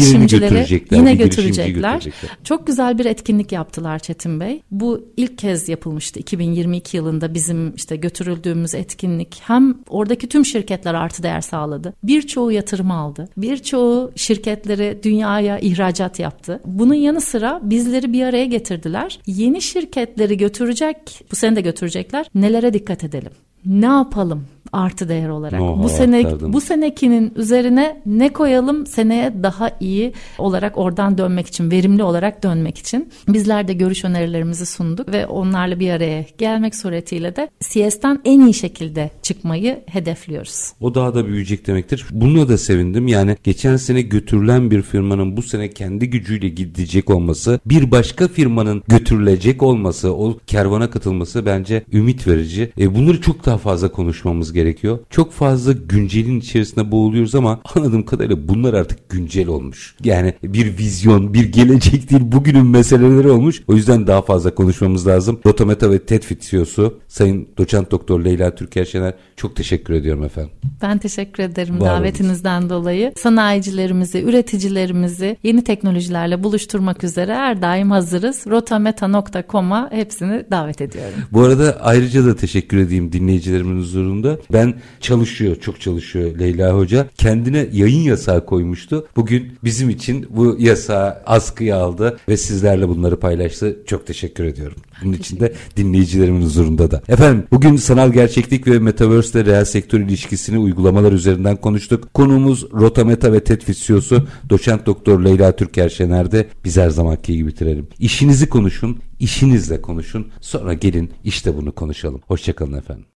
C: yine götürecekler. Çok güzel bir etkinlik yaptılar Çetin Bey. Bu ilk kez yapılmıştı 2022 yılında bizim işte götürüldüğümüz etkinlik. Hem oradaki tüm şirketler artı değer sağladı. Birçoğu yatırım aldı. Birçoğu şirketleri dünyaya ihracat yaptı. Bunun yanı sıra bizleri bir araya getirdiler. Yeni şirketleri bu sene de götürecekler. Nelere dikkat edelim? Ne yapalım artı değer olarak? Bu senekinin üzerine ne koyalım seneye daha iyi olarak oradan dönmek için, verimli olarak dönmek için. Bizler de görüş önerilerimizi sunduk ve onlarla bir araya gelmek suretiyle de CES'ten en iyi şekilde çıkmayı hedefliyoruz.
B: O daha da büyüyecek demektir. Bununla da sevindim. Yani geçen sene götürülen bir firmanın bu sene kendi gücüyle gidecek olması, bir başka firmanın götürülecek olması, o kervana katılması bence ümit verici. Bunları çok daha fazla konuşmamız gerekiyor. Çok fazla güncelin içerisinde boğuluyoruz ama anladığım kadarıyla bunlar artık güncel olmuş. Yani bir vizyon, bir gelecek değil, bugünün meseleleri olmuş. O yüzden daha fazla konuşmamız lazım. Rotameta ve TEDFİT CEO'su Sayın Doçent Doktor Leyla Türker Şener, çok teşekkür ediyorum efendim.
C: Ben teşekkür ederim davetinizden dolayı. Sanayicilerimizi, üreticilerimizi yeni teknolojilerle buluşturmak üzere her daim hazırız. rotameta.com'a hepsini davet ediyorum.
B: Bu arada ayrıca da teşekkür edeyim dinleyicilerimin huzurunda. Ben çok çalışıyor Leyla Hoca. Kendine yayın yasağı koymuştu. Bugün bizim için bu yasağı askıya aldı ve sizlerle bunları paylaştı. Çok teşekkür ediyorum. Bunun için de dinleyicilerimin huzurunda da. Efendim bugün sanal gerçeklik ve Metaverse ile reel sektör ilişkisini uygulamalar üzerinden konuştuk. Konuğumuz Rotameta ve TEDFİT CEO'su Doçent Doktor Leyla Türker Şener'de. Biz her zamanki gibi bitirelim. İşinizi konuşun, işinizle konuşun. Sonra gelin işte bunu konuşalım. Hoşçakalın efendim.